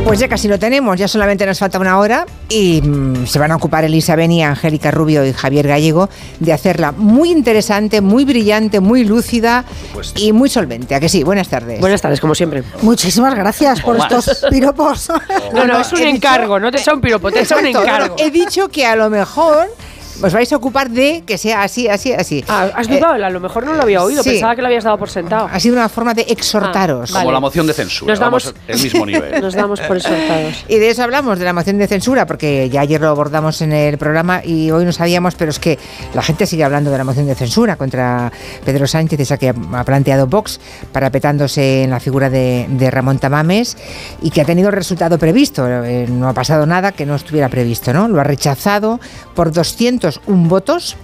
Pues ya casi lo tenemos, ya solamente nos falta una hora y se van a ocupar Elisa Beni, Angélica Rubio y Javier Gallego de hacerla muy interesante, muy brillante, muy lúcida y muy solvente. ¿A que sí? Buenas tardes. Buenas tardes, como siempre. Muchísimas gracias por estos piropos. No, es un encargo, no te echa un piropo, te echa un encargo. He dicho que a lo mejor os vais a ocupar de que sea así. ¿Has dudado? A lo mejor no lo había oído, sí. Pensaba que lo habías dado por sentado. Ha sido una forma de exhortaros. Como la moción de censura, vamos el mismo nivel. Nos damos por exhortados. Y de eso hablamos, de la moción de censura, porque ya ayer lo abordamos en el programa y hoy no sabíamos, pero es que la gente sigue hablando de la moción de censura contra Pedro Sánchez, esa que ha planteado Vox, parapetándose en la figura de Ramón Tamames y que ha tenido el resultado previsto. No ha pasado nada que no estuviera previsto, ¿no? Lo ha rechazado por 201 votos,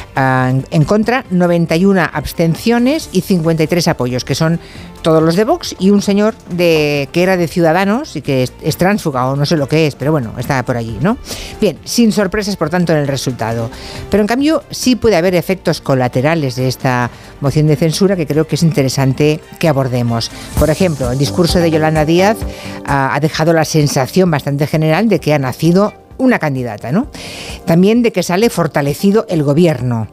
en contra 91 abstenciones y 53 apoyos, que son todos los de Vox y un señor que era de Ciudadanos y que es tránsfuga o no sé lo que es, pero bueno, está por allí, ¿no? Bien, sin sorpresas por tanto en el resultado. Pero en cambio sí puede haber efectos colaterales de esta moción de censura que creo que es interesante que abordemos. Por ejemplo, el discurso de Yolanda Díaz ha dejado la sensación bastante general de que ha nacido una candidata, ¿no? También de que sale fortalecido el gobierno.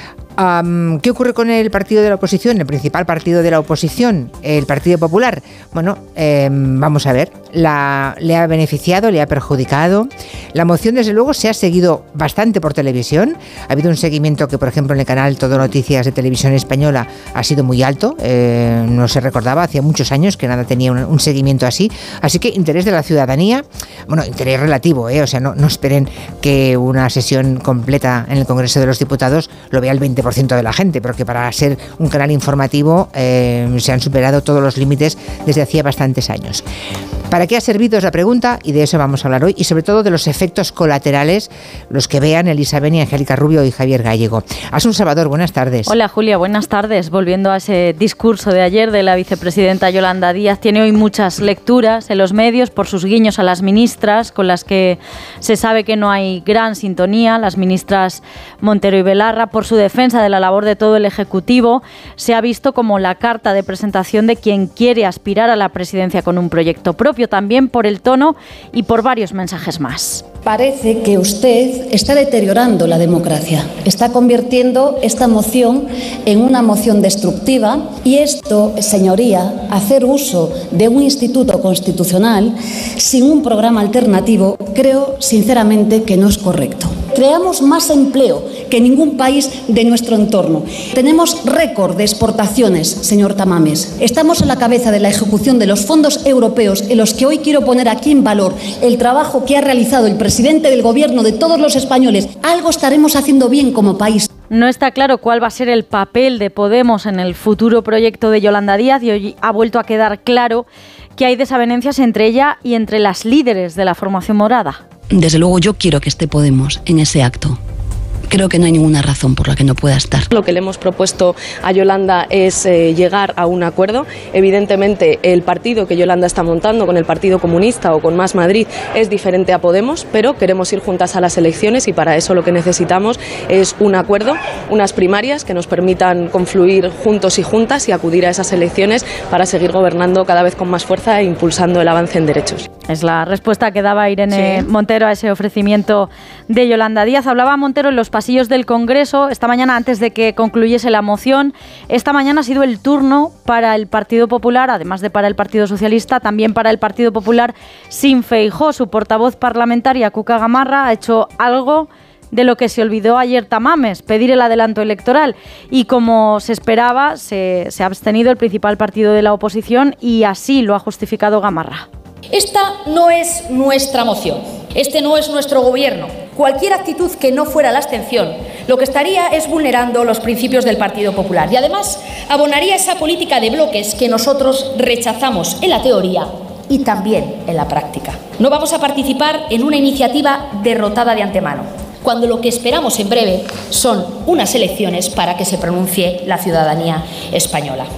¿Qué ocurre con el partido de la oposición? El principal partido de la oposición, el Partido Popular. Bueno, vamos a ver. ¿Le ha beneficiado? ¿Le ha perjudicado? La moción, desde luego, se ha seguido bastante por televisión. Ha habido un seguimiento que, por ejemplo, en el canal Todo Noticias de Televisión Española ha sido muy alto. No se recordaba, hacía muchos años que nada tenía un seguimiento así. Así que interés de la ciudadanía, bueno, interés relativo, o sea, no esperen que una sesión completa en el Congreso de los Diputados lo vea el 20% de la gente, porque para ser un canal informativo se han superado todos los límites desde hacía bastantes años. ¿Para qué ha servido? Es la pregunta, y de eso vamos a hablar hoy, y sobre todo de los efectos colaterales, los que vean Elisa Beni, Angélica Rubio y Javier Gallego. Asun Salvador, buenas tardes. Hola Julia, buenas tardes. Volviendo a ese discurso de ayer de la vicepresidenta Yolanda Díaz, tiene hoy muchas lecturas en los medios por sus guiños a las ministras, con las que se sabe que no hay gran sintonía, las ministras Montero y Belarra, por su defensa de la labor de todo el Ejecutivo. Se ha visto como la carta de presentación de quien quiere aspirar a la presidencia con un proyecto propio, también por el tono y por varios mensajes más. Parece que usted está deteriorando la democracia, está convirtiendo esta moción en una moción destructiva y esto, señoría, hacer uso de un instituto constitucional sin un programa alternativo, creo sinceramente que no es correcto. Creamos más empleo que ningún país de nuestro entorno. Tenemos récord de exportaciones, señor Tamames. Estamos a la cabeza de la ejecución de los fondos europeos, en los que hoy quiero poner aquí en valor el trabajo que ha realizado el presidente del Gobierno de todos los españoles. Algo estaremos haciendo bien como país. No está claro cuál va a ser el papel de Podemos en el futuro proyecto de Yolanda Díaz y hoy ha vuelto a quedar claro que hay desavenencias entre ella y entre las líderes de la formación morada. Desde luego yo quiero que esté Podemos en ese acto. Creo que no hay ninguna razón por la que no pueda estar. Lo que le hemos propuesto a Yolanda es llegar a un acuerdo. Evidentemente, el partido que Yolanda está montando con el Partido Comunista o con Más Madrid es diferente a Podemos, pero queremos ir juntas a las elecciones y para eso lo que necesitamos es un acuerdo, unas primarias que nos permitan confluir juntos y juntas y acudir a esas elecciones para seguir gobernando cada vez con más fuerza e impulsando el avance en derechos. Es la respuesta que daba Irene Montero a ese ofrecimiento de Yolanda Díaz. Hablaba Montero en los pasillos del Congreso esta mañana antes de que concluyese la moción. Esta mañana ha sido el turno para el Partido Popular, además de para el Partido Socialista, también para el Partido Popular sin Feijóo. Su portavoz parlamentaria, Cuca Gamarra, ha hecho algo de lo que se olvidó ayer Tamames, pedir el adelanto electoral. Y como se esperaba, se ha abstenido el principal partido de la oposición y así lo ha justificado Gamarra. Esta no es nuestra moción, este no es nuestro gobierno. Cualquier actitud que no fuera la abstención, lo que estaría es vulnerando los principios del Partido Popular y además abonaría esa política de bloques que nosotros rechazamos en la teoría y también en la práctica. No vamos a participar en una iniciativa derrotada de antemano, cuando lo que esperamos en breve son unas elecciones para que se pronuncie la ciudadanía española.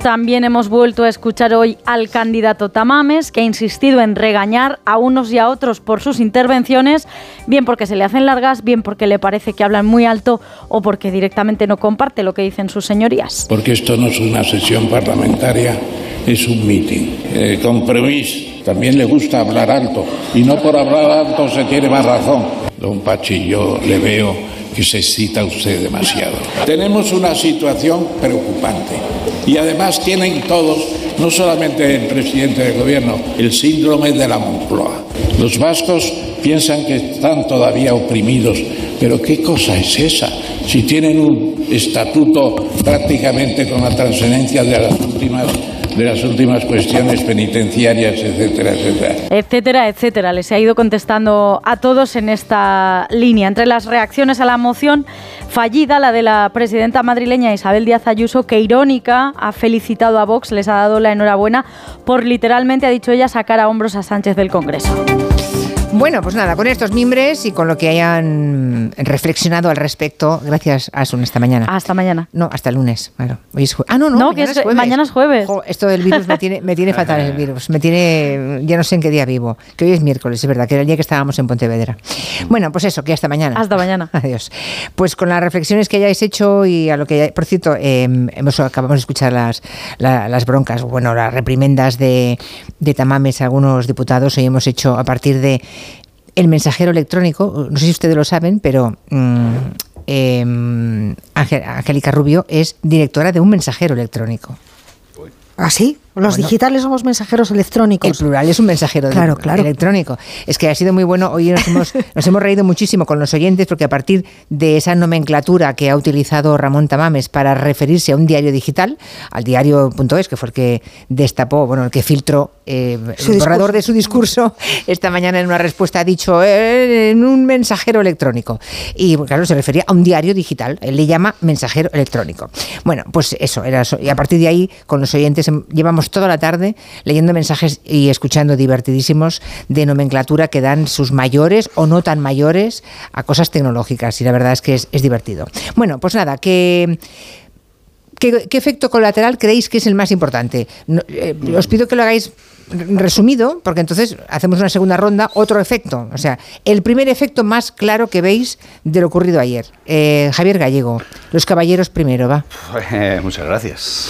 También hemos vuelto a escuchar hoy al candidato Tamames, que ha insistido en regañar a unos y a otros por sus intervenciones, bien porque se le hacen largas, bien porque le parece que hablan muy alto o porque directamente no comparte lo que dicen sus señorías. Porque esto no es una sesión parlamentaria, es un mitin. Compromís, también le gusta hablar alto, y no por hablar alto se tiene más razón. Don Pachi, yo le veo que se excita usted demasiado. Tenemos una situación preocupante y además tienen todos, no solamente el presidente del gobierno, el síndrome de la Moncloa. Los vascos piensan que están todavía oprimidos, pero ¿qué cosa es esa? Si tienen un estatuto prácticamente con la trascendencia de las últimas cuestiones penitenciarias, etcétera, etcétera. Etcétera, etcétera. Les ha ido contestando a todos en esta línea. Entre las reacciones a la moción fallida, la de la presidenta madrileña Isabel Díaz Ayuso, que irónica, ha felicitado a Vox, les ha dado la enhorabuena por literalmente, ha dicho ella, sacar a hombros a Sánchez del Congreso. Bueno, pues nada, con estos mimbres y con lo que hayan reflexionado al respecto, gracias a Asun esta mañana. Hasta mañana. No, hasta el lunes, claro. Hoy es no, mañana es jueves. Esto del virus me tiene fatal, el virus. Ya no sé en qué día vivo. Que hoy es miércoles, es verdad, que era el día que estábamos en Pontevedra. Bueno, pues eso, que hasta mañana. Hasta mañana. Adiós. Pues con las reflexiones que hayáis hecho y a lo que por cierto, acabamos de escuchar las broncas, bueno, las reprimendas de Tamames a algunos diputados. Hoy hemos hecho a partir de el mensajero electrónico, no sé si ustedes lo saben, pero Angélica Rubio es directora de un mensajero electrónico. ¿Ah, sí? Los digitales somos mensajeros electrónicos. El plural es un mensajero electrónico. Es que ha sido muy bueno. Hoy nos hemos reído muchísimo con los oyentes porque a partir de esa nomenclatura que ha utilizado Ramón Tamames para referirse a un diario digital, al diario.es, que fue el que destapó, el que filtró el borrador de su discurso, esta mañana en una respuesta ha dicho en un mensajero electrónico. Y claro, se refería a un diario digital. Él le llama mensajero electrónico. Bueno, pues eso era eso. Y a partir de ahí, con los oyentes, llevamos toda la tarde leyendo mensajes y escuchando divertidísimos de nomenclatura que dan sus mayores o no tan mayores a cosas tecnológicas, y la verdad es que es divertido. Bueno, pues nada, ¿qué efecto colateral creéis que es el más importante? Os pido que lo hagáis resumido, porque entonces hacemos una segunda ronda, otro efecto. O sea, el primer efecto más claro que veis de lo ocurrido ayer. Javier Gallego, los caballeros primero, va. Muchas gracias.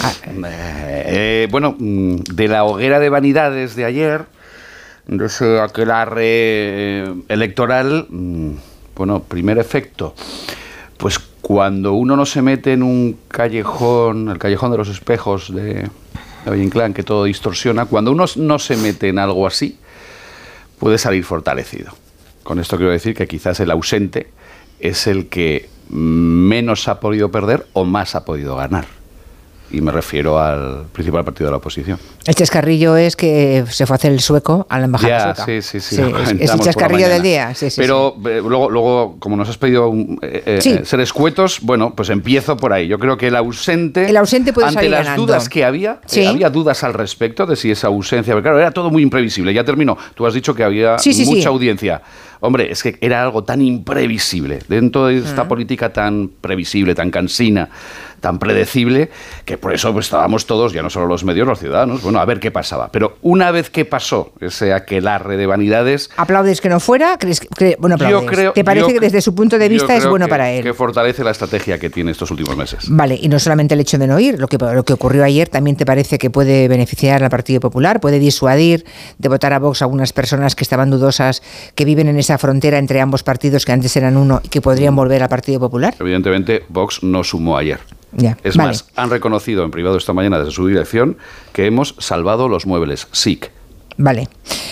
Bueno, de la hoguera de vanidades de ayer, de ese aquelarre electoral, bueno, primer efecto, pues cuando uno no se mete en un callejón, el callejón de los espejos de Valle Inclán, que todo distorsiona, cuando uno no se mete en algo así, puede salir fortalecido. Con esto quiero decir que quizás el ausente es el que menos ha podido perder o más ha podido ganar. Y me refiero al principal partido de la oposición. El chascarrillo es que se fue a hacer el sueco a la embajada sueca. Sí. Es el chascarrillo del día. Pero luego, como nos has pedido ser escuetos, bueno, pues empiezo por ahí. Yo creo que el ausente puede ante las ganando. Dudas que había dudas al respecto de si esa ausencia, porque claro, era todo muy imprevisible. Ya terminó. Tú has dicho que había mucha audiencia. Hombre, es que era algo tan imprevisible, dentro de esta política tan previsible, tan cansina, tan predecible, que por eso pues, estábamos todos, ya no solo los medios, los ciudadanos, bueno, a ver qué pasaba. Pero una vez que pasó ese aquelarre de vanidades... ¿Aplaudes que no fuera? Bueno, aplaudes. ¿Te parece que desde su punto de vista es bueno para él? Que fortalece la estrategia que tiene estos últimos meses. Vale, y no solamente el hecho de no ir, lo que ocurrió ayer también te parece que puede beneficiar al Partido Popular, puede disuadir de votar a Vox a algunas personas que estaban dudosas, que viven en esa frontera entre ambos partidos que antes eran uno y que podrían volver al Partido Popular. Evidentemente, Vox no sumó ayer. Es más, han reconocido en privado esta mañana desde su dirección que hemos salvado los muebles SIC. Vale,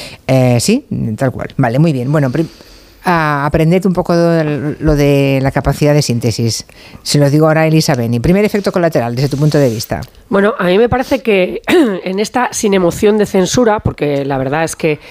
sí, tal cual. Vale, muy bien. Bueno, aprended un poco lo de la capacidad de síntesis. Se lo digo ahora a Elisa Beni. Primer efecto colateral, desde tu punto de vista. Bueno, a mí me parece que en esta sin emoción de censura, porque la verdad es que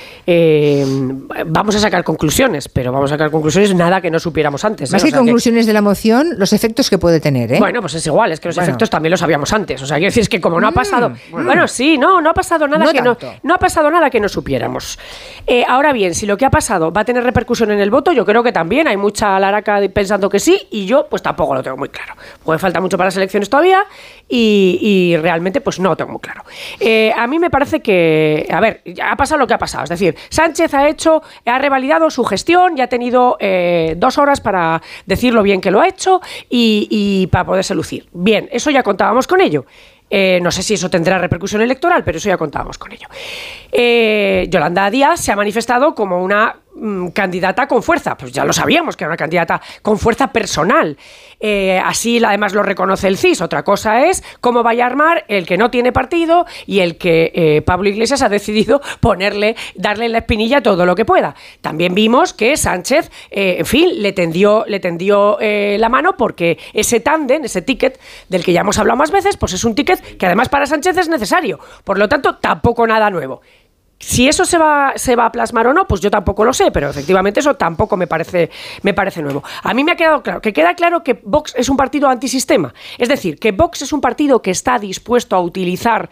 vamos a sacar conclusiones, pero vamos a sacar conclusiones nada que no supiéramos antes. Más que conclusiones de la moción, los efectos que puede tener, ¿eh? Bueno, pues es igual, es que los efectos también los sabíamos antes. O sea, quiero decir, es que como no ha pasado... Bueno, sí, no ha pasado nada no ha pasado nada que no supiéramos. Ahora bien, si lo que ha pasado va a tener repercusión en el voto, yo creo que también hay mucha laraca pensando que sí, y yo pues tampoco lo tengo muy claro. Porque falta mucho para las elecciones todavía y realmente pues no lo tengo muy claro. A mí me parece que, a ver, ha pasado lo que ha pasado. Es decir, Sánchez ha revalidado su gestión y ha tenido 2 horas para decir lo bien que lo ha hecho y para poderse lucir. Bien, eso ya contábamos con ello. No sé si eso tendrá repercusión electoral, pero eso ya contábamos con ello. Yolanda Díaz se ha manifestado como una candidata con fuerza. Pues ya lo sabíamos que era una candidata con fuerza personal. Así además lo reconoce el CIS. Otra cosa es cómo vaya a armar el que no tiene partido y el que Pablo Iglesias ha decidido darle la espinilla todo lo que pueda. También vimos que Sánchez, en fin, le tendió la mano porque ese tándem, ese ticket del que ya hemos hablado más veces, pues es un ticket que además para Sánchez es necesario. Por lo tanto, tampoco nada nuevo. Si eso se va a plasmar o no, pues yo tampoco lo sé, pero efectivamente eso tampoco me parece nuevo. A mí me ha quedado claro que Vox es un partido antisistema. Es decir, que Vox es un partido que está dispuesto a utilizar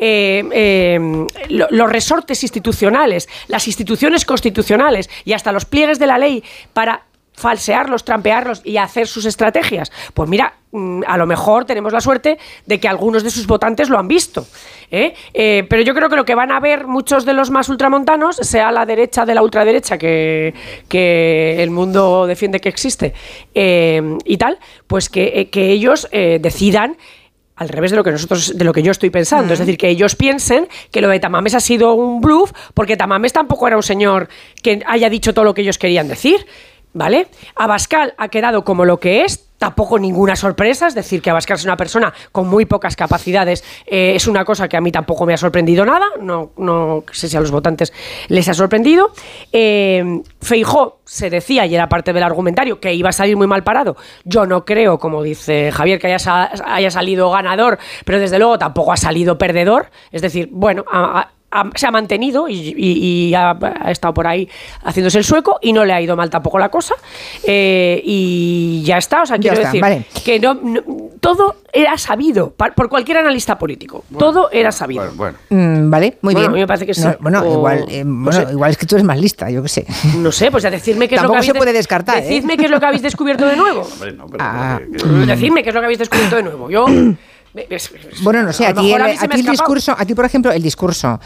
los resortes institucionales, las instituciones constitucionales y hasta los pliegues de la ley para falsearlos, trampearlos y hacer sus estrategias. Pues mira, a lo mejor tenemos la suerte de que algunos de sus votantes lo han visto. Pero yo creo que lo que van a ver muchos de los más ultramontanos, sea la derecha de la ultraderecha que el mundo defiende que existe y tal, pues que ellos decidan al revés de lo que yo estoy pensando. Es decir, que ellos piensen que lo de Tamames ha sido un bluff, porque Tamames tampoco era un señor que haya dicho todo lo que ellos querían decir. ¿Vale? Abascal ha quedado como lo que es, tampoco ninguna sorpresa, es decir, que Abascal es una persona con muy pocas capacidades, es una cosa que a mí tampoco me ha sorprendido nada, no sé si a los votantes les ha sorprendido. Feijóo se decía, y era parte del argumentario, que iba a salir muy mal parado. Yo no creo, como dice Javier, que haya salido ganador, pero desde luego tampoco ha salido perdedor, es decir, bueno, se ha mantenido y ha estado por ahí haciéndose el sueco y no le ha ido mal tampoco la cosa y ya está, o sea, quiero decir que no, todo era sabido por cualquier analista político, todo era sabido. Vale, muy bien. A mí me parece que sí. Igual es que tú eres más lista, yo qué sé. No sé, pues ya decidme qué es lo que habéis se puede descartar. Decidme qué es lo que habéis descubierto de nuevo. Decidme qué es lo que habéis descubierto de nuevo. Yo... Bueno, no sé, a ti el discurso, a ti por ejemplo, el discurso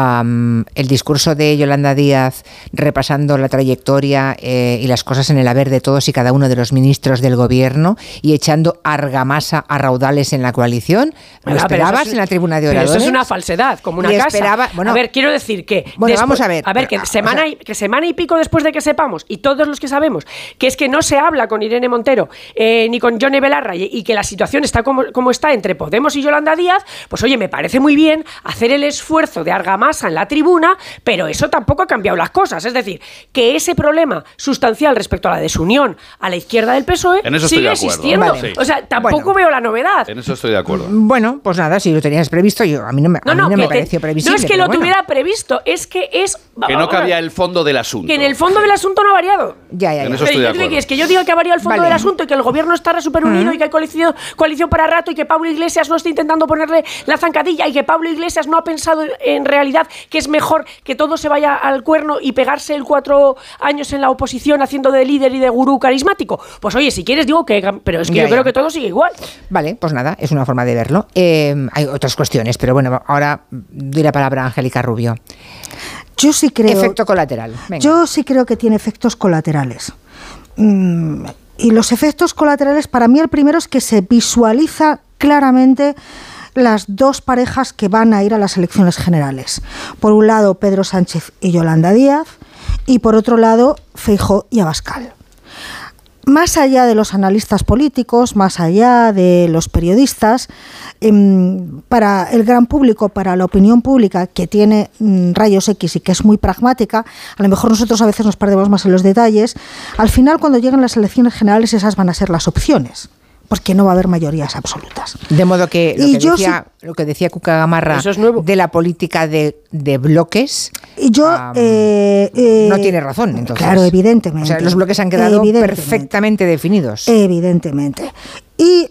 de Yolanda Díaz repasando la trayectoria y las cosas en el haber de todos y cada uno de los ministros del gobierno y echando argamasa a raudales en la coalición, ¿lo esperabas en la tribuna de oradores? Eso es una falsedad, como una casa. A ver, quiero decir que vamos a ver. Que semana y pico después de que sepamos, y todos los que sabemos, que es que no se habla con Irene Montero ni con Yone Belarra y que la situación está como está entre Podemos y Yolanda Díaz, pues oye, me parece muy bien hacer el esfuerzo de argamasa en la tribuna, pero eso tampoco ha cambiado las cosas. Es decir, que ese problema sustancial respecto a la desunión a la izquierda del PSOE sigue existiendo. Vale. O sea, tampoco veo la novedad. En eso estoy de acuerdo. Bueno, pues nada, si lo tenías previsto, a mí no me pareció previsible. No es que lo tuviera previsto, es que que no cabía el fondo del asunto. Que en el fondo del asunto no ha variado. Ya. En eso estoy de acuerdo. Es que yo digo que ha variado el fondo del asunto y que el gobierno está súper unido y que hay coalición para rato y que Pablo Iglesias no está intentando ponerle la zancadilla y que Pablo Iglesias no ha pensado en realidad que es mejor que todo se vaya al cuerno y pegarse el 4 años en la oposición haciendo de líder y de gurú carismático. Pues oye, si quieres digo que... Pero es que yo creo que todo sigue igual. Vale, pues nada, es una forma de verlo. Hay otras cuestiones, pero bueno, ahora doy la palabra a Angélica Rubio. Yo sí creo... Efecto colateral. Venga. Yo sí creo que tiene efectos colaterales. Y los efectos colaterales, para mí el primero es que se visualiza claramente las dos parejas que van a ir a las elecciones generales. Por un lado, Pedro Sánchez y Yolanda Díaz, y por otro lado, Feijóo y Abascal. Más allá de los analistas políticos, más allá de los periodistas, para el gran público, para la opinión pública que tiene rayos X y que es muy pragmática, a lo mejor nosotros a veces nos perdemos más en los detalles, al final cuando lleguen las elecciones generales esas van a ser las opciones, porque no va a haber mayorías absolutas. De modo que lo que decía Cuca Gamarra de la política de bloques, no tiene razón, entonces. Claro, evidentemente. O sea, los bloques han quedado perfectamente definidos. Evidentemente. Y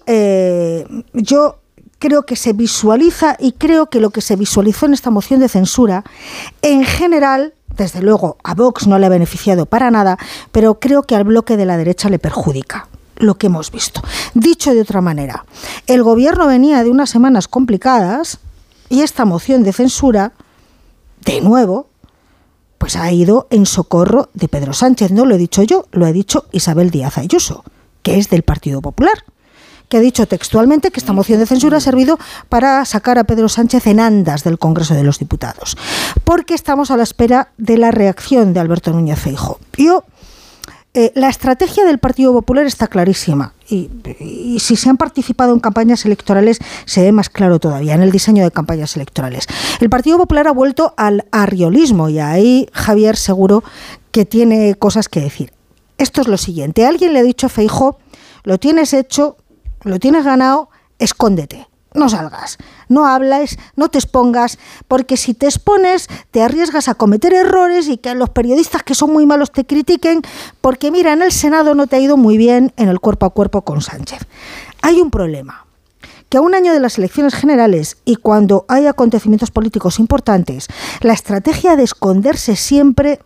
yo creo que se visualiza, y creo que lo que se visualizó en esta moción de censura, en general, desde luego a Vox no le ha beneficiado para nada, pero creo que al bloque de la derecha le perjudica lo que hemos visto. Dicho de otra manera, el gobierno venía de unas semanas complicadas y esta moción de censura, de nuevo, pues ha ido en socorro de Pedro Sánchez. No lo he dicho yo, lo ha dicho Isabel Díaz Ayuso, que es del Partido Popular, que ha dicho textualmente que esta moción de censura ha servido para sacar a Pedro Sánchez en andas del Congreso de los Diputados, porque estamos a la espera de la reacción de Alberto Núñez Feijóo. La estrategia del Partido Popular está clarísima y si se han participado en campañas electorales se ve más claro todavía en el diseño de campañas electorales. El Partido Popular ha vuelto al arriolismo y ahí Javier seguro que tiene cosas que decir. Esto es lo siguiente: alguien le ha dicho a Feijóo, lo tienes hecho, lo tienes ganado, escóndete, no salgas, no hables, no te expongas, porque si te expones te arriesgas a cometer errores y que los periodistas que son muy malos te critiquen, porque mira, en el Senado no te ha ido muy bien en el cuerpo a cuerpo con Sánchez. Hay un problema, que a un año de las elecciones generales y cuando hay acontecimientos políticos importantes, la estrategia de esconderse siempre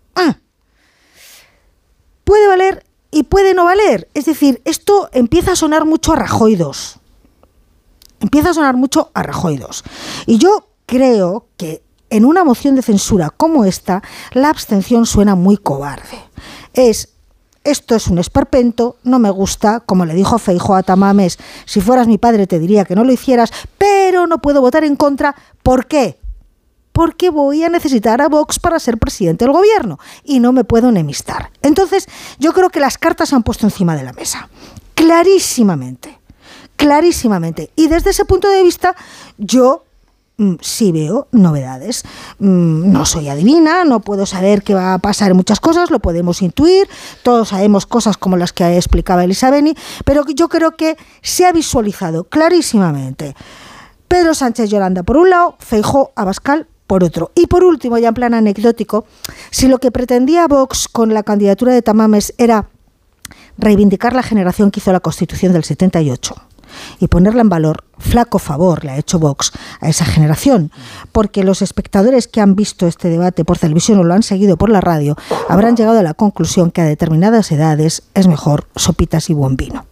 puede valer y puede no valer. Es decir, esto empieza a sonar mucho a Rajoy 2. Y yo creo que en una moción de censura como esta, la abstención suena muy cobarde. Esto es un esperpento, no me gusta, como le dijo Feijóo a Tamames, si fueras mi padre te diría que no lo hicieras, pero no puedo votar en contra. ¿Por qué? Porque voy a necesitar a Vox para ser presidente del gobierno y no me puedo enemistar. Entonces, yo creo que las cartas se han puesto encima de la mesa, clarísimamente. Y desde ese punto de vista, yo sí veo novedades. No soy adivina, no puedo saber qué va a pasar en muchas cosas, lo podemos intuir, todos sabemos cosas como las que explicaba Elisa Beni, pero yo creo que se ha visualizado clarísimamente Pedro Sánchez Yolanda por un lado, Feijóo Abascal por otro. Y por último, ya en plan anecdótico, si lo que pretendía Vox con la candidatura de Tamames era reivindicar la generación que hizo la Constitución del 78 y ponerla en valor, flaco favor le ha hecho Vox a esa generación, porque los espectadores que han visto este debate por televisión o lo han seguido por la radio habrán llegado a la conclusión que a determinadas edades es mejor sopitas y buen vino.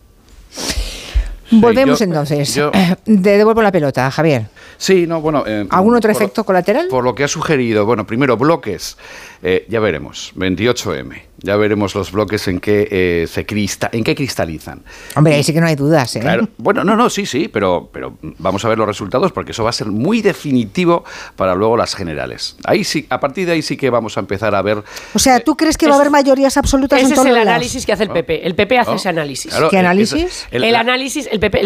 Volvemos entonces. Te devuelvo la pelota, Javier. Sí, no, bueno... ¿Algún otro efecto colateral? Por lo que ha sugerido, bueno, primero bloques, ya veremos, 28M, ya veremos los bloques en qué cristalizan. Hombre, ahí sí que no hay dudas, ¿eh? Claro, bueno, sí, pero vamos a ver los resultados porque eso va a ser muy definitivo para luego las generales. Ahí sí, a partir de ahí sí que vamos a empar a ver... O sea, ¿tú crees que va a haber mayorías absolutas en todos los lados? Ese es el análisis que hace el PP. El PP hace ese análisis. Claro, ¿qué análisis? El análisis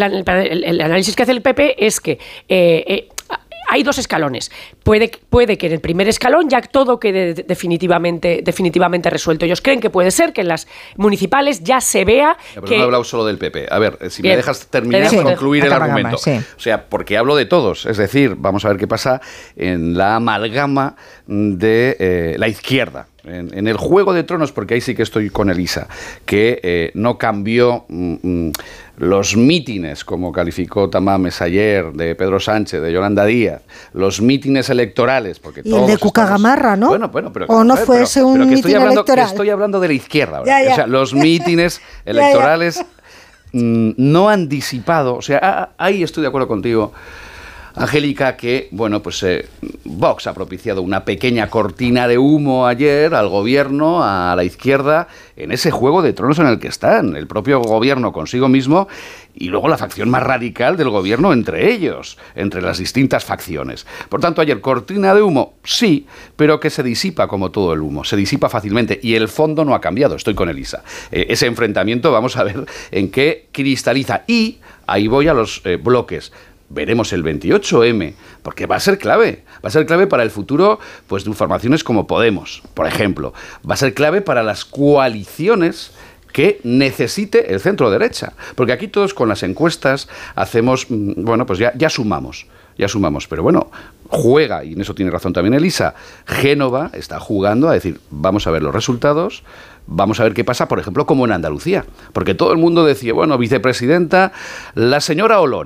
que hace el PP es que hay dos escalones. Puede que en el primer escalón ya todo quede definitivamente resuelto. Ellos creen que puede ser que en las municipales ya se vea pero que... no he hablado solo del PP. A ver, si Bien. me dejas terminar, Sí, concluir el argumento. Gama, sí. O sea, porque hablo de todos. Es decir, vamos a ver qué pasa en la amalgama de la izquierda. En el Juego de Tronos, porque ahí sí que estoy con Elisa, que no cambió los mítines, como calificó Tamames ayer, de Pedro Sánchez, de Yolanda Díaz, los mítines electorales, porque y el de Cucagamarra, ¿no? Bueno, pero... O no fuese un mítin electoral. Estoy hablando de la izquierda, Ya. O sea, los mítines electorales no han disipado, o sea, ahí estoy de acuerdo contigo, Angélica, que, bueno, pues Vox ha propiciado una pequeña cortina de humo ayer al gobierno, a la izquierda, en ese Juego de Tronos en el que están, el propio gobierno consigo mismo y luego la facción más radical del gobierno entre ellos, entre las distintas facciones. Por tanto, ayer cortina de humo, sí, pero que se disipa como todo el humo, se disipa fácilmente y el fondo no ha cambiado, estoy con Elisa. Ese enfrentamiento vamos a ver en qué cristaliza y ahí voy a los bloques. Veremos el 28M, porque va a ser clave para el futuro pues, de formaciones como Podemos, por ejemplo. Va a ser clave para las coaliciones que necesite el centro derecha, porque aquí todos con las encuestas hacemos, bueno, pues ya sumamos, pero bueno, juega, y en eso tiene razón también Elisa, Génova está jugando a decir, vamos a ver los resultados, vamos a ver qué pasa, por ejemplo, como en Andalucía, porque todo el mundo decía, bueno, vicepresidenta, la señora Olona.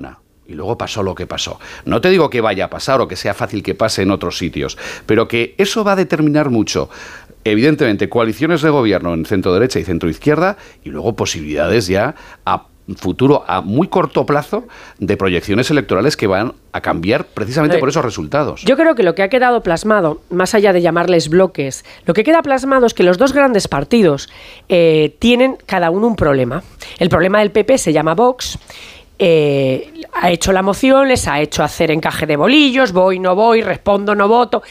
y luego pasó lo que pasó. No te digo que vaya a pasar o que sea fácil que pase en otros sitios, pero que eso va a determinar mucho, evidentemente, coaliciones de gobierno en centro-derecha y centro-izquierda, y luego posibilidades ya a futuro, a muy corto plazo, de proyecciones electorales que van a cambiar precisamente por esos resultados. Yo creo que lo que ha quedado plasmado, más allá de llamarles bloques, lo que queda plasmado es que los dos grandes partidos tienen cada uno un problema. El problema del PP se llama Vox. Ha hecho la moción, les ha hecho hacer encaje de bolillos, voy, no voy, respondo, no voto.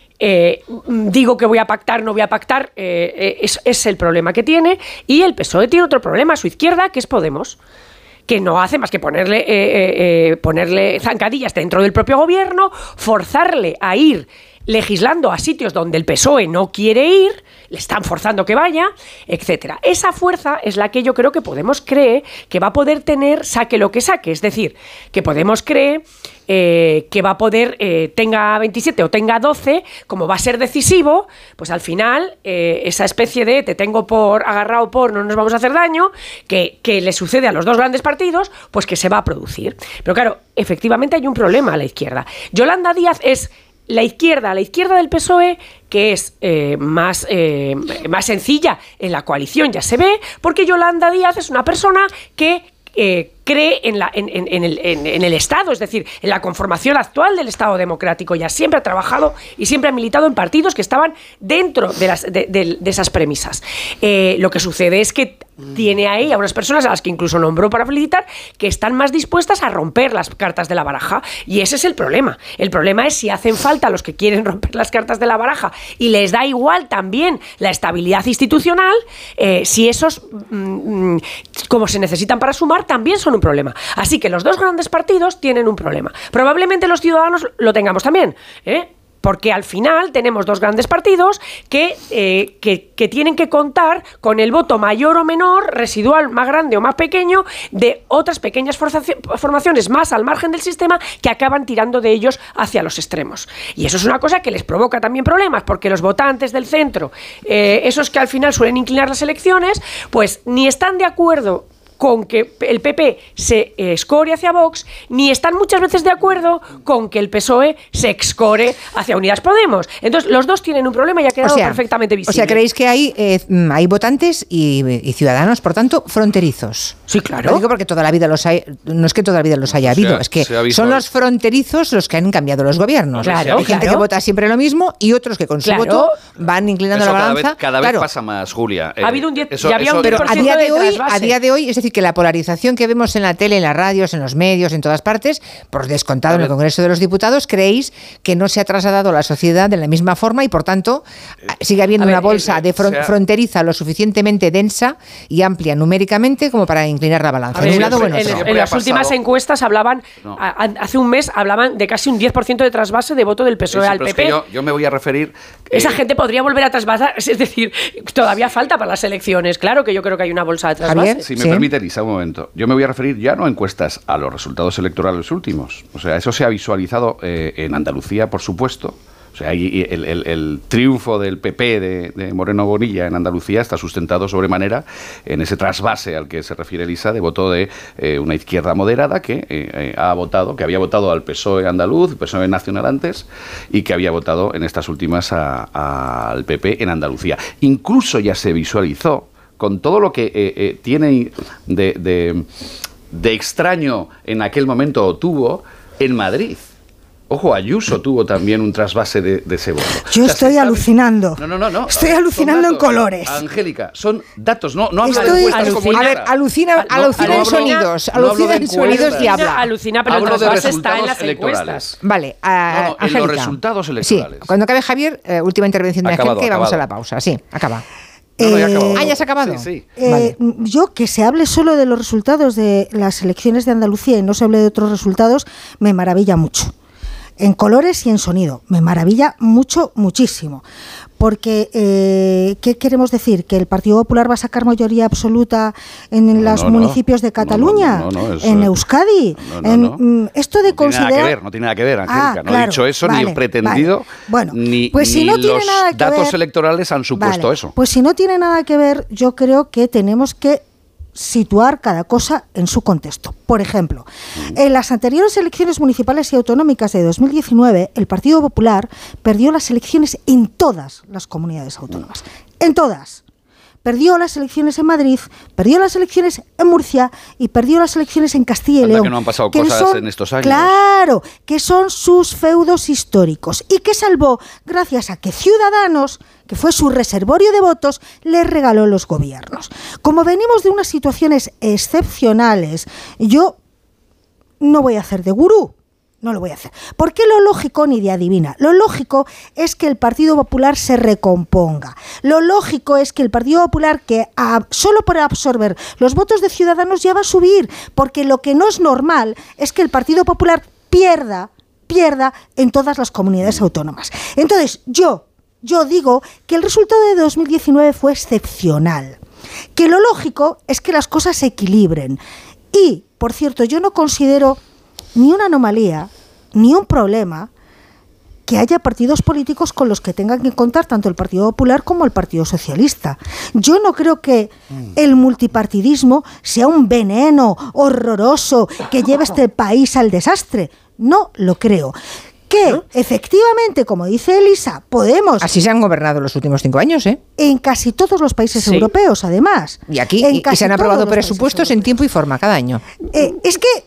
Digo que voy a pactar, no voy a pactar, es el problema que tiene. Y el PSOE tiene otro problema a su izquierda, que es Podemos, que no hace más que ponerle zancadillas dentro del propio gobierno, forzarle a ir legislando a sitios donde el PSOE no quiere ir, le están forzando que vaya, etcétera. Esa fuerza es la que yo creo que Podemos cree que va a poder tener, saque lo que saque. Es decir, que Podemos cree que va a poder, tenga 27 o tenga 12, como va a ser decisivo, pues al final esa especie de te tengo por agarrado por no nos vamos a hacer daño, que le sucede a los dos grandes partidos, pues que se va a producir. Pero claro, efectivamente hay un problema a la izquierda. Yolanda Díaz es la izquierda del PSOE, que es más sencilla en la coalición, ya se ve, porque Yolanda Díaz es una persona que cree en el Estado, es decir, en la conformación actual del Estado democrático. Ya siempre ha trabajado y siempre ha militado en partidos que estaban dentro de esas premisas. Lo que sucede es que tiene ahí a unas personas a las que incluso nombró para felicitar, que están más dispuestas a romper las cartas de la baraja, y ese es el problema. El problema es si hacen falta los que quieren romper las cartas de la baraja y les da igual también la estabilidad institucional, si esos, como se necesitan para sumar, también son un problema. Así que los dos grandes partidos tienen un problema. Probablemente los ciudadanos lo tengamos también, porque al final tenemos dos grandes partidos que tienen que contar con el voto mayor o menor, residual, más grande o más pequeño, de otras pequeñas formaciones más al margen del sistema que acaban tirando de ellos hacia los extremos. Y eso es una cosa que les provoca también problemas, porque los votantes del centro, esos que al final suelen inclinar las elecciones, pues ni están de acuerdo con que el PP se escore hacia Vox, ni están muchas veces de acuerdo con que el PSOE se escore hacia Unidas Podemos. Entonces, los dos tienen un problema y ha quedado perfectamente visible. O sea, ¿creéis que hay votantes y ciudadanos, por tanto, fronterizos? Sí, claro. Lo digo porque toda la vida los hay, no es que toda la vida los haya habido, es que son los fronterizos los que han cambiado los gobiernos. Claro, hay gente que vota siempre lo mismo y otros que con su voto van inclinando la balanza. Cada vez pasa más, Julia. Ha habido un 10%, ya había un 10% pero a día de hoy, es decir, que la polarización que vemos en la tele, en las radios, en los medios, en todas partes, por descontado en el Congreso de los Diputados, ¿creéis que no se ha trasladado a la sociedad de la misma forma y, por tanto, sigue habiendo una bolsa fronteriza lo suficientemente densa y amplia numéricamente como para inclinar la balanza? En las últimas encuestas hablaban, hace un mes, hablaban de casi un 10% de trasvase de voto del PSOE al PP. Es que yo me voy a referir... Esa gente podría volver a trasvasar, es decir, todavía falta para las elecciones. Claro que yo creo que hay una bolsa de trasvase. Javier, si me permite, Elisa, un momento. Yo me voy a referir ya no a encuestas, a los resultados electorales últimos. O sea, eso se ha visualizado en Andalucía, por supuesto. O sea, el triunfo del PP de Moreno Bonilla en Andalucía está sustentado sobremanera en ese trasvase al que se refiere Elisa, de voto de una izquierda moderada que había votado al PSOE andaluz, PSOE nacional antes, y que había votado en estas últimas al PP en Andalucía. Incluso ya se visualizó, con todo lo que tiene de extraño en aquel momento tuvo, en Madrid. Ojo, Ayuso tuvo también un trasvase de ese voto. Yo estoy alucinando. No. Estoy alucinando en colores. Angélica, son datos, no hablo de encuestas como a ver, alucina en sonidos. Alucina en sonidos y habla. Alucina, pero el trasvase está en las encuestas. Vale, en los resultados electorales. Sí, cuando acabe Javier, última intervención de Angélica y vamos a la pausa. Sí, acaba. ¿Ya se ha acabado? Sí. Vale. Yo, que se hable solo de los resultados de las elecciones de Andalucía y no se hable de otros resultados, me maravilla mucho. En colores y en sonido. Me maravilla muchísimo. Porque, ¿qué queremos decir? ¿Que el Partido Popular va a sacar mayoría absoluta en los municipios de Cataluña? ¿En Euskadi? Esto de considerar... No tiene nada que ver, Angélica. No he dicho eso, ni he pretendido, ni los datos electorales han supuesto eso. Pues si no tiene nada que ver, yo creo que tenemos que situar cada cosa en su contexto. Por ejemplo, en las anteriores elecciones municipales y autonómicas de 2019, el Partido Popular perdió las elecciones en todas las comunidades autónomas. En todas. Perdió las elecciones en Madrid, perdió las elecciones en Murcia y perdió las elecciones en Castilla y León. Que no han pasado cosas en estos años. Claro, que son sus feudos históricos y que salvó gracias a que Ciudadanos, que fue su reservorio de votos, le regaló los gobiernos. Como venimos de unas situaciones excepcionales, yo no voy a hacer de gurú. No lo voy a hacer. ¿Por qué lo lógico ni de adivina? Lo lógico es que el Partido Popular se recomponga. Lo lógico es que el Partido Popular, que solo por absorber los votos de Ciudadanos ya va a subir, porque lo que no es normal es que el Partido Popular pierda en todas las comunidades autónomas. Entonces, yo digo que el resultado de 2019 fue excepcional, que lo lógico es que las cosas se equilibren. Y, por cierto, yo no considero ni una anomalía, ni un problema que haya partidos políticos con los que tengan que contar tanto el Partido Popular como el Partido Socialista. Yo no creo que el multipartidismo sea un veneno horroroso que lleve este país al desastre. No lo creo. Que, efectivamente, como dice Elisa, Podemos... Así se han gobernado los últimos 5 años, ¿eh? En casi todos los países europeos, además. Y aquí y se han aprobado presupuestos en tiempo y forma cada año. Es que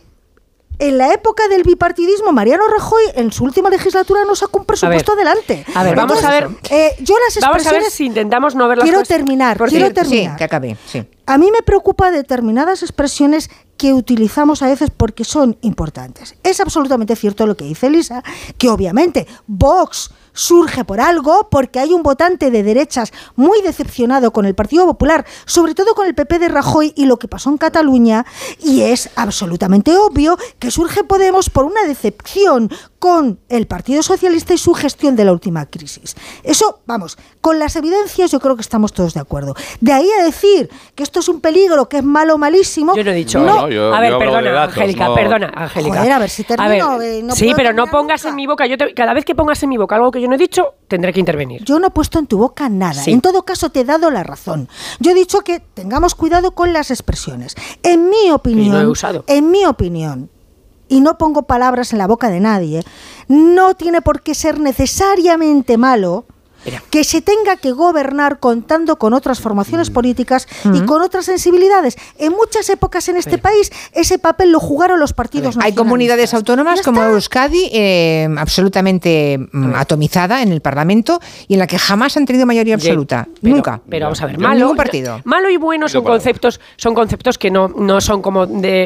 en la época del bipartidismo, Mariano Rajoy, en su última legislatura, no sacó un presupuesto adelante. A ver, vamos a ver. Yo las expresiones... Vamos a ver si intentamos no ver las quiero cosas. terminar. Sí, que acabe. Sí. A mí me preocupa determinadas expresiones que utilizamos a veces porque son importantes. Es absolutamente cierto lo que dice Elisa, que obviamente Vox surge por algo, porque hay un votante de derechas muy decepcionado con el Partido Popular, sobre todo con el PP de Rajoy y lo que pasó en Cataluña, y es absolutamente obvio que surge Podemos por una decepción con el Partido Socialista y su gestión de la última crisis. Eso, vamos, con las evidencias yo creo que estamos todos de acuerdo. De ahí a decir que esto es un peligro, que es malo, malísimo... Yo no he dicho... No. A ver, perdona, Angélica, perdona, Angélica. Joder, a ver si termino. Sí, pero no pongas en mi boca... Cada vez que pongas en mi boca algo que yo no he dicho, tendré que intervenir. Yo no he puesto en tu boca nada. Sí. En todo caso, te he dado la razón. Yo he dicho que tengamos cuidado con las expresiones. En mi opinión... Y no he usado. En mi opinión... y no pongo palabras en la boca de nadie, no tiene por qué ser necesariamente malo que se tenga que gobernar contando con otras formaciones políticas y con otras sensibilidades. En muchas épocas en este país ese papel lo jugaron los partidos nacionalistas. Hay comunidades autónomas como Euskadi absolutamente atomizada en el Parlamento y en la que jamás han tenido mayoría absoluta. Nunca. Pero vamos a ver, ningún partido. Malo y bueno son conceptos que no son como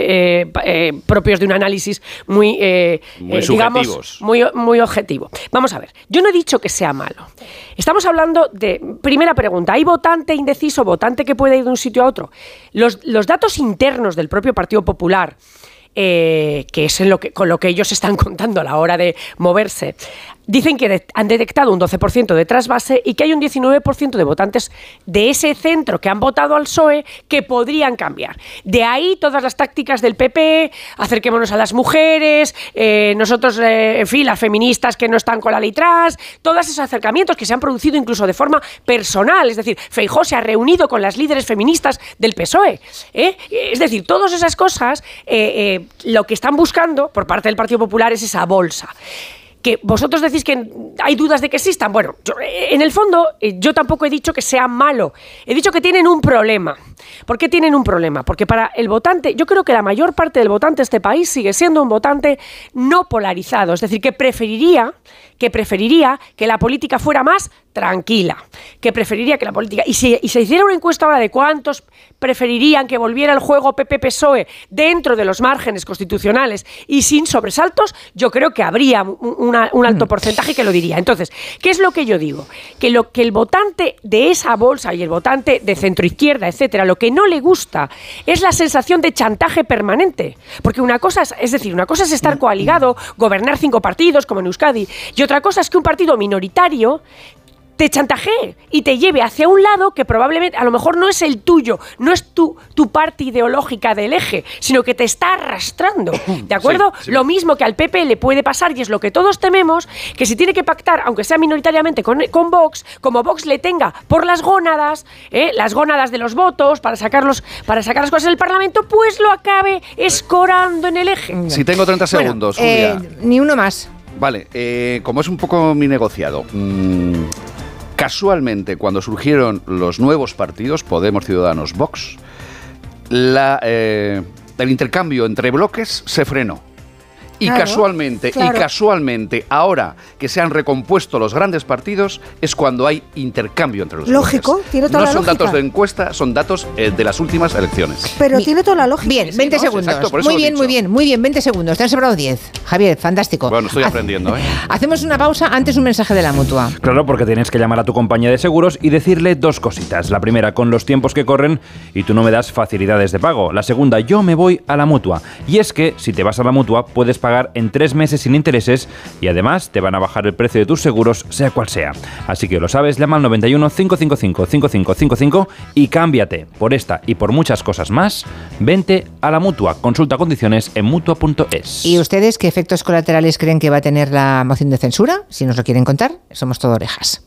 propios de un análisis muy subjetivos. Digamos, muy objetivo. Vamos a ver, yo no he dicho que sea malo. Estamos hablando de, primera pregunta, ¿hay votante indeciso, votante que puede ir de un sitio a otro? Los datos internos del propio Partido Popular, que es con lo que ellos están contando a la hora de moverse, dicen que han detectado un 12% de trasvase y que hay un 19% de votantes de ese centro que han votado al PSOE que podrían cambiar. De ahí todas las tácticas del PP, acerquémonos a las mujeres, nosotros, en fin, las feministas que no están con la ley trans, todos esos acercamientos que se han producido incluso de forma personal. Es decir, Feijóo se ha reunido con las líderes feministas del PSOE. Es decir, todas esas cosas, lo que están buscando por parte del Partido Popular es esa bolsa. Que vosotros decís que hay dudas de que existan. Bueno, en el fondo yo tampoco he dicho que sea malo. He dicho que tienen un problema. ¿Por qué tienen un problema? Porque para el votante, yo creo que la mayor parte del votante de este país sigue siendo un votante no polarizado. Es decir, que preferiría que la política fuera más tranquila. Que preferiría que la política... Y si se hiciera una encuesta ahora de cuántos preferirían que volviera el juego PP-PSOE dentro de los márgenes constitucionales y sin sobresaltos, yo creo que habría un alto porcentaje que lo diría. Entonces, ¿qué es lo que yo digo? Que el votante de esa bolsa y el votante de centroizquierda, etcétera, lo que no le gusta es la sensación de chantaje permanente. Porque una cosa es estar coaligado, gobernar 5 partidos, como en Euskadi, y otra cosa es que un partido minoritario te chantajee y te lleve hacia un lado que probablemente, a lo mejor no es el tuyo, no es tu parte ideológica del eje, sino que te está arrastrando, ¿de acuerdo? Sí. Lo mismo que al PP le puede pasar, y es lo que todos tememos, que si tiene que pactar, aunque sea minoritariamente con Vox, como Vox le tenga por las gónadas de los votos, para sacar las cosas del Parlamento, pues lo acabe escorando en el eje. Si tengo 30 segundos, Julia. Ni uno más. Vale, como es un poco mi negociado, casualmente cuando surgieron los nuevos partidos, Podemos, Ciudadanos, Vox, el intercambio entre bloques se frenó. Y casualmente, ahora que se han recompuesto los grandes partidos, es cuando hay intercambio entre los lógico, bloques. Tiene toda la lógica. No son datos de encuesta, son datos de las últimas elecciones. Pero tiene toda la lógica. Bien, 20 segundos. Exacto, muy bien, 20 segundos. Te han sobrado 10. Javier, fantástico. Bueno, estoy aprendiendo, ¿eh? Hacemos una pausa, antes un mensaje de la Mutua. Claro, porque tienes que llamar a tu compañía de seguros y decirle dos cositas. La primera, con los tiempos que corren y tú no me das facilidades de pago. La segunda, yo me voy a la Mutua. Y es que, si te vas a la Mutua, puedes pagar en 3 meses sin intereses y además te van a bajar el precio de tus seguros, sea cual sea. Así que lo sabes, llama al 91 555 5555 y cámbiate. Por esta y por muchas cosas más, vente a la Mutua. Consulta condiciones en Mutua.es. ¿Y ustedes qué efectos colaterales creen que va a tener la moción de censura? Si nos lo quieren contar, somos todo orejas.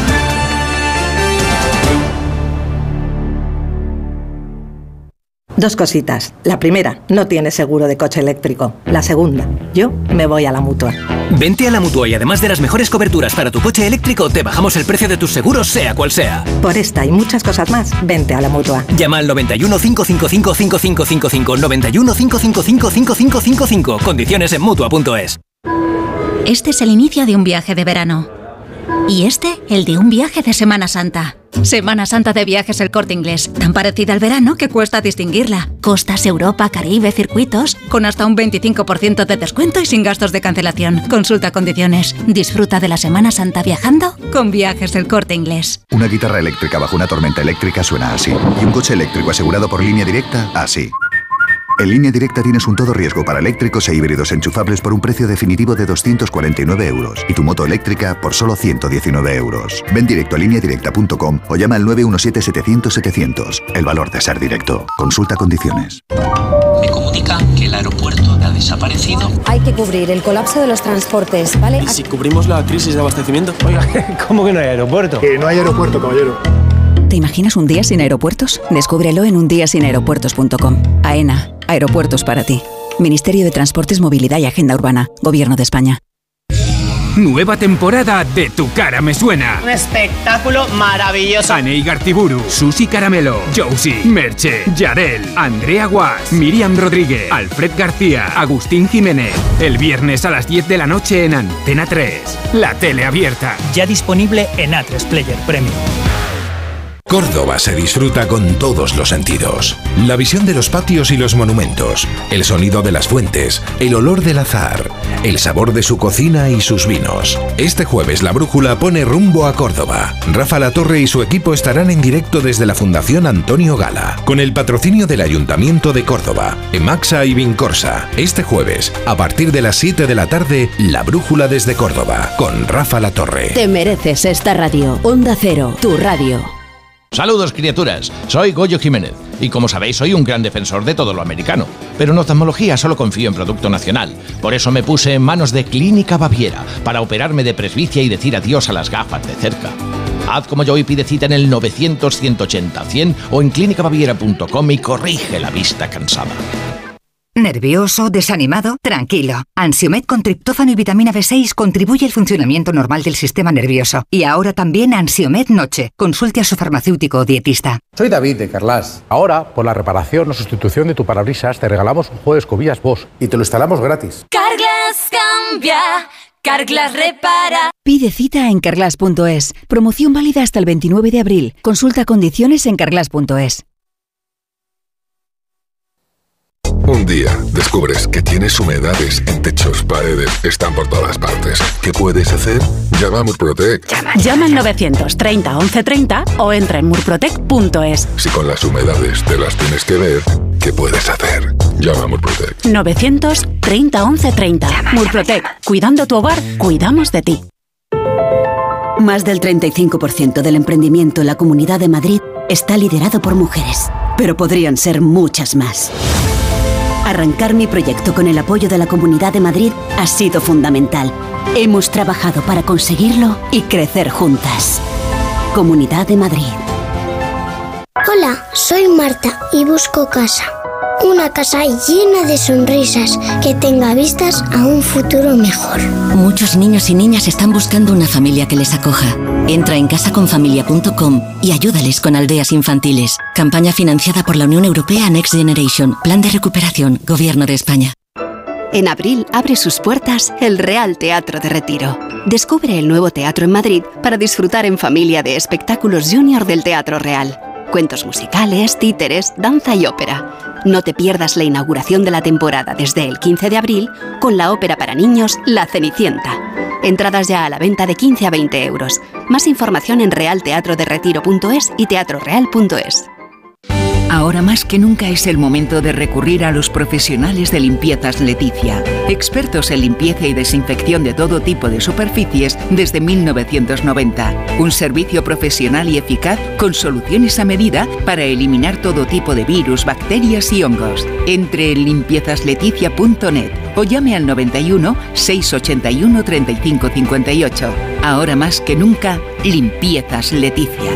Dos cositas. La primera, no tienes seguro de coche eléctrico. La segunda, yo me voy a la Mutua. Vente a la Mutua y además de las mejores coberturas para tu coche eléctrico, te bajamos el precio de tus seguros, sea cual sea. Por esta y muchas cosas más, vente a la Mutua. Llama al 91 555 5555, 91 555 5555. Condiciones en Mutua.es. Este es el inicio de un viaje de verano. Y este, el de un viaje de Semana Santa. Semana Santa de Viajes El Corte Inglés. Tan parecida al verano que cuesta distinguirla. Costas, Europa, Caribe, circuitos. Con hasta un 25% de descuento y sin gastos de cancelación. Consulta condiciones. Disfruta de la Semana Santa viajando con Viajes El Corte Inglés. Una guitarra eléctrica bajo una tormenta eléctrica suena así. Y un coche eléctrico asegurado por Línea Directa, así. En Línea Directa tienes un todo riesgo para eléctricos e híbridos enchufables por un precio definitivo de 249 euros y tu moto eléctrica por solo 119 euros. Ven directo a lineadirecta.com o llama al 917-700-700. El valor de ser directo. Consulta condiciones. Me comunican que el aeropuerto ha desaparecido. Hay que cubrir el colapso de los transportes, ¿vale? ¿Y si cubrimos la crisis de abastecimiento? Oiga, ¿cómo que no hay aeropuerto? Que no hay aeropuerto, caballero. ¿Te imaginas un día sin aeropuertos? Descúbrelo en undiasinaeropuertos.com. AENA, aeropuertos para ti. Ministerio de Transportes, Movilidad y Agenda Urbana. Gobierno de España. Nueva temporada de Tu Cara Me Suena. Un espectáculo maravilloso. Aney Gartiburu, Susi Caramelo, Josie, Merche, Yarel, Andrea Guas, Miriam Rodríguez, Alfred García, Agustín Jiménez. El viernes a las 10 de la noche en Antena 3. La tele abierta. Ya disponible en A3 Player Premium. Córdoba se disfruta con todos los sentidos. La visión de los patios y los monumentos, el sonido de las fuentes, el olor del azahar, el sabor de su cocina y sus vinos. Este jueves La Brújula pone rumbo a Córdoba. Rafa Latorre y su equipo estarán en directo desde la Fundación Antonio Gala, con el patrocinio del Ayuntamiento de Córdoba, Emaxa y Vincorsa. Este jueves, a partir de las 7 de la tarde, La Brújula desde Córdoba, con Rafa Latorre. Te mereces esta radio. Onda Cero, tu radio. Saludos, criaturas, soy Goyo Jiménez y como sabéis soy un gran defensor de todo lo americano, pero en oftalmología solo confío en producto nacional. Por eso me puse en manos de Clínica Baviera para operarme de presbicia y decir adiós a las gafas de cerca. Haz como yo y pide cita en el 900-180-100 o en clinicabaviera.com y corrige la vista cansada. ¿Nervioso? ¿Desanimado? Tranquilo. Ansiomed con triptófano y vitamina B6 contribuye al funcionamiento normal del sistema nervioso. Y ahora también Ansiomed Noche. Consulte a su farmacéutico o dietista. Soy David de Carglass. Ahora, por la reparación o sustitución de tu parabrisas, te regalamos un juego de escobillas Bosch y te lo instalamos gratis. Carglass cambia. Carglass repara. Pide cita en carglass.es. Promoción válida hasta el 29 de abril. Consulta condiciones en carglass.es. Un día descubres que tienes humedades en techos, paredes, están por todas partes. ¿Qué puedes hacer? Llama a Murprotec. Llama al 930 1130 o entra en murprotec.es. Si con las humedades te las tienes que ver, ¿qué puedes hacer? Llama a Murprotec. 930 1130. Murprotec. Cuidando tu hogar, cuidamos de ti. Más del 35% del emprendimiento en la Comunidad de Madrid está liderado por mujeres, pero podrían ser muchas más. Arrancar mi proyecto con el apoyo de la Comunidad de Madrid ha sido fundamental. Hemos trabajado para conseguirlo y crecer juntas. Comunidad de Madrid. Hola, soy Marta y busco casa. Una casa llena de sonrisas que tenga vistas a un futuro mejor. Muchos niños y niñas están buscando una familia que les acoja. Entra en casaconfamilia.com y ayúdales con aldeas infantiles. Campaña financiada por la Unión Europea Next Generation. Plan de recuperación. Gobierno de España. En abril abre sus puertas el Real Teatro de Retiro. Descubre el nuevo teatro en Madrid para disfrutar en familia de espectáculos junior del Teatro Real. Cuentos musicales, títeres, danza y ópera. No te pierdas la inauguración de la temporada desde el 15 de abril con la ópera para niños La Cenicienta. Entradas ya a la venta de 15 a 20 euros. Más información en realteatroderetiro.es y teatroreal.es. Ahora más que nunca es el momento de recurrir a los profesionales de Limpiezas Leticia, expertos en limpieza y desinfección de todo tipo de superficies desde 1990. Un servicio profesional y eficaz con soluciones a medida para eliminar todo tipo de virus, bacterias y hongos. Entre en limpiezasLeticia.net o llame al 91 681 35 58. Ahora más que nunca, Limpiezas Leticia.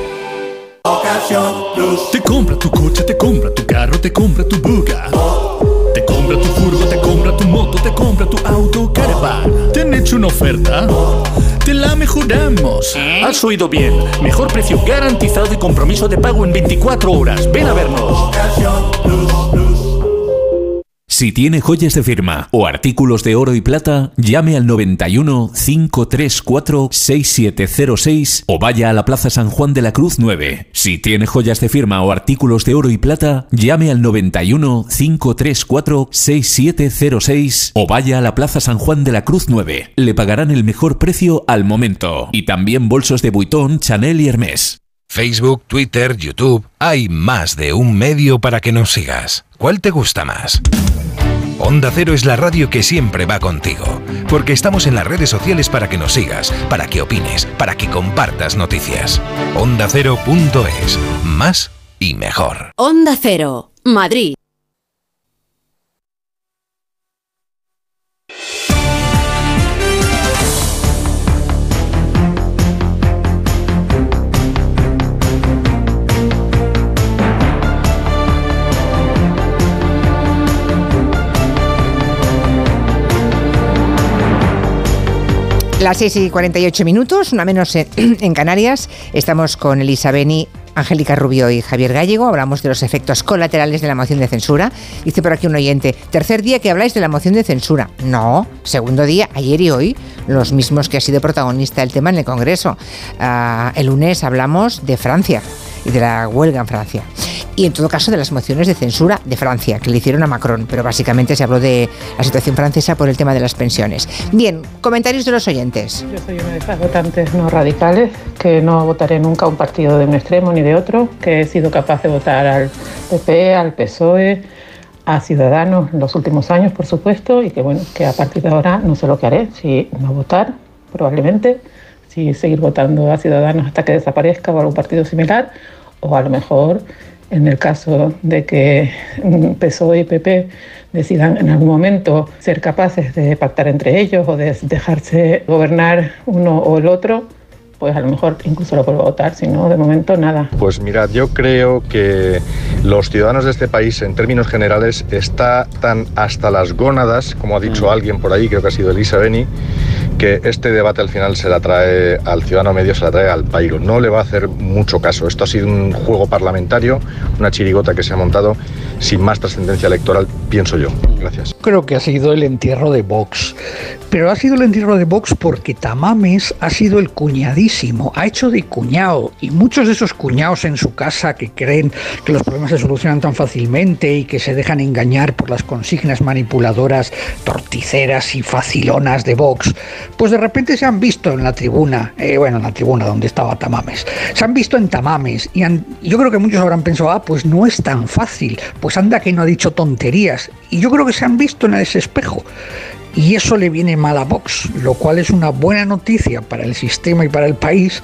Te compra tu coche, te compra tu carro, te compra tu buga. Te compra tu furgo, te compra tu moto, te compra tu auto, caravan. ¿Te han hecho una oferta? Te la mejoramos. Has oído bien. Mejor precio garantizado y compromiso de pago en 24 horas. Ven a vernos. Si tiene joyas de firma o artículos de oro y plata, llame al 91 534 6706 o vaya a la Plaza San Juan de la Cruz 9. Si tiene joyas de firma o artículos de oro y plata, llame al 91 534 6706 o vaya a la Plaza San Juan de la Cruz 9. Le pagarán el mejor precio al momento. Y también bolsos de Vuitton, Chanel y Hermès. Facebook, Twitter, YouTube, hay más de un medio para que nos sigas. ¿Cuál te gusta más? Onda Cero es la radio que siempre va contigo, porque estamos en las redes sociales para que nos sigas, para que opines, para que compartas noticias. OndaCero.es. Más y mejor. Onda Cero, Madrid. Las 6:48, una menos en Canarias. Estamos con Elisa Beni, Angélica Rubio y Javier Gallego. Hablamos de los efectos colaterales de la moción de censura. Dice por aquí un oyente, tercer día que habláis de la moción de censura. No, segundo día, ayer y hoy, los mismos que ha sido protagonista el tema en el Congreso. El lunes hablamos de Francia y de la huelga en Francia. Y en todo caso de las mociones de censura de Francia, que le hicieron a Macron, pero básicamente se habló de la situación francesa por el tema de las pensiones. Bien, comentarios de los oyentes. Yo soy una de esas votantes no radicales, que no votaré nunca a un partido de un extremo ni de otro, que he sido capaz de votar al PP, al PSOE, a Ciudadanos en los últimos años, por supuesto, y que bueno, que a partir de ahora no sé lo que haré, si no votar, probablemente, si seguir votando a Ciudadanos hasta que desaparezca o algún partido similar, o a lo mejor, en el caso de que PSOE y PP decidan en algún momento ser capaces de pactar entre ellos o de dejarse gobernar uno o el otro, pues a lo mejor incluso lo vuelvo a votar, si no, de momento nada. Pues mirad, yo creo que los ciudadanos de este país, en términos generales, están hasta las gónadas, como ha dicho alguien por ahí, creo que ha sido Elisa Beni, que este debate al final se la trae al ciudadano medio, se la trae al pairo. No le va a hacer mucho caso. Esto ha sido un juego parlamentario, una chirigota que se ha montado sin más trascendencia electoral, pienso yo. Gracias. Creo que ha sido el entierro de Vox. Pero ha sido el entierro de Vox porque Tamames ha sido el cuñadísimo, ha hecho de cuñado. Y muchos de esos cuñados en su casa que creen que los problemas se solucionan tan fácilmente y que se dejan engañar por las consignas manipuladoras, torticeras y facilonas de Vox, pues de repente se han visto en la tribuna, en la tribuna donde estaba Tamames, se han visto en Tamames y yo creo que muchos habrán pensado, pues no es tan fácil, pues anda que no ha dicho tonterías, y yo creo que se han visto en ese espejo. y eso le viene mal a Vox, lo cual es una buena noticia para el sistema y para el país,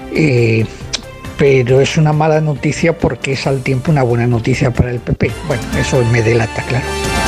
pero es una mala noticia porque es al tiempo una buena noticia para el PP. Bueno, eso me delata, claro.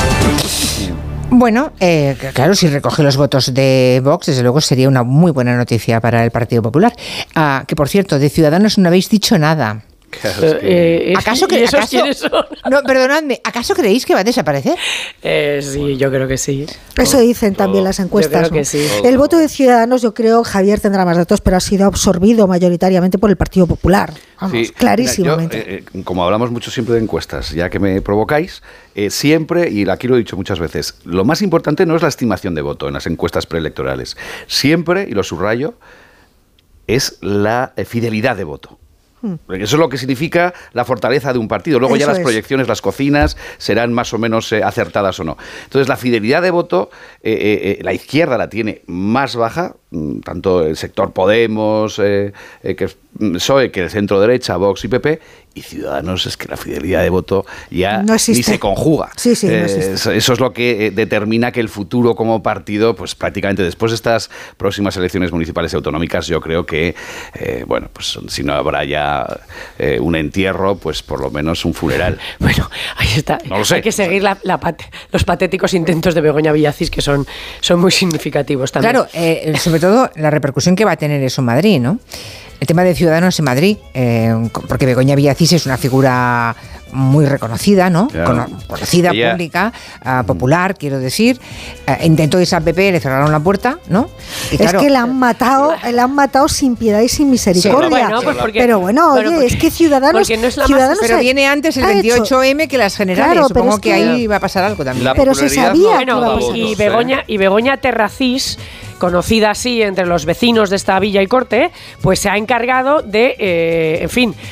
Bueno, claro, si recoge los votos de Vox, desde luego sería una muy buena noticia para el Partido Popular. Que, por cierto, de Ciudadanos no habéis dicho nada. ¿Acaso no, perdonadme, ¿acaso creéis que va a desaparecer? Sí, yo creo que sí. Eso dicen también las encuestas. Yo creo que sí. El voto de Ciudadanos, yo creo, Javier tendrá más datos, pero ha sido absorbido mayoritariamente por el Partido Popular. Vamos, sí, clarísimamente. Como hablamos mucho siempre de encuestas, ya que me provocáis, siempre, y aquí lo he dicho muchas veces, lo más importante no es la estimación de voto en las encuestas preelectorales. Siempre, y lo subrayo, es la fidelidad de voto. Porque eso es lo que significa la fortaleza de un partido. Luego ya las proyecciones, las cocinas, serán más o menos acertadas o no. Entonces, la fidelidad de voto, la izquierda la tiene más baja, tanto el sector Podemos, que PSOE, que el centro derecha, Vox y PP, y Ciudadanos es que la fidelidad de voto ya no ni se conjuga. Sí, no existe. Eso es lo que determina que el futuro como partido, pues prácticamente después de estas próximas elecciones municipales y autonómicas, yo creo que, bueno, pues si no habrá ya un entierro, pues por lo menos un funeral. Bueno, ahí está. No lo sé. Hay que seguir los patéticos intentos de Begoña Villacís, que son muy significativos también. Claro, sobre todo la repercusión que va a tener eso en Madrid, ¿no? El tema de Ciudadanos en Madrid, porque Begoña Villacís es una figura muy reconocida, ¿no? Claro. Conocida, ella, pública, popular, quiero decir. Intentó irse al PP, le cerraron la puerta, ¿no? Y claro, es que la han matado sin piedad y sin misericordia. Sí, bueno, pues pero bueno, oye, es que Ciudadanos... No es pero viene antes el 28M que las generales. Claro, supongo que ahí va a pasar algo también. Pero se sabía. Bueno, y Begoña Terracís, conocida así entre los vecinos de esta villa y corte, pues se ha encargado de,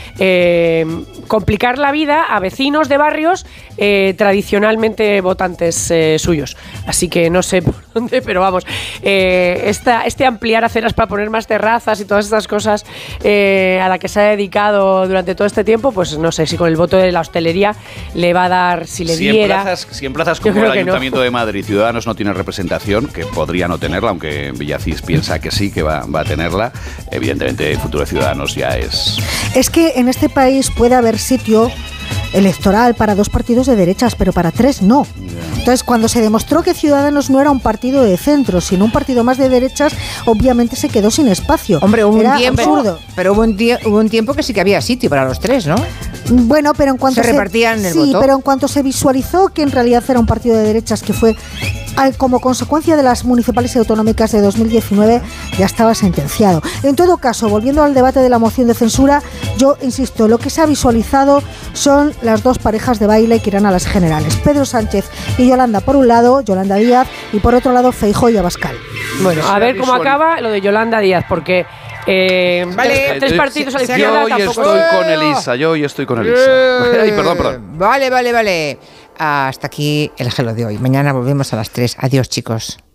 complicar la vida a vecinos de barrios tradicionalmente votantes suyos. Así que no sé por dónde, pero vamos, este ampliar aceras para poner más terrazas y todas estas cosas a la que se ha dedicado durante todo este tiempo, pues no sé si con el voto de la hostelería le va a dar, si le diera... Si en plazas como el Ayuntamiento de Madrid, Ciudadanos no tiene representación, que podría no tenerla, aunque Villacís piensa que sí, que va a tenerla, evidentemente el futuro de Ciudadanos ya es... Es que en este país puede haber sitio electoral para 2 partidos de derechas, pero para 3 no. Entonces, cuando se demostró que Ciudadanos no era un partido de centro, sino un partido más de derechas, obviamente se quedó sin espacio. Hombre, hubo un tiempo que sí que había sitio para los 3, ¿no? Bueno, pero en cuanto se repartían el voto. Sí, pero en cuanto se visualizó que en realidad era un partido de derechas, que fue como consecuencia de las municipales y autonómicas de 2019, ya estaba sentenciado. En todo caso, volviendo al debate de la moción de censura, yo insisto, lo que se ha visualizado son las 2 parejas de baile que irán a las generales. Pedro Sánchez y Yolanda por un lado, Yolanda Díaz, y por otro lado Feijóo y Abascal. Bueno, a ver cómo acaba lo de Yolanda Díaz, porque... vale, 3 partidos a la izquierda tampoco... Yo hoy estoy con Elisa. Ay, perdón. Vale. Hasta aquí el Gelo de hoy. Mañana volvemos a las 3. Adiós, chicos.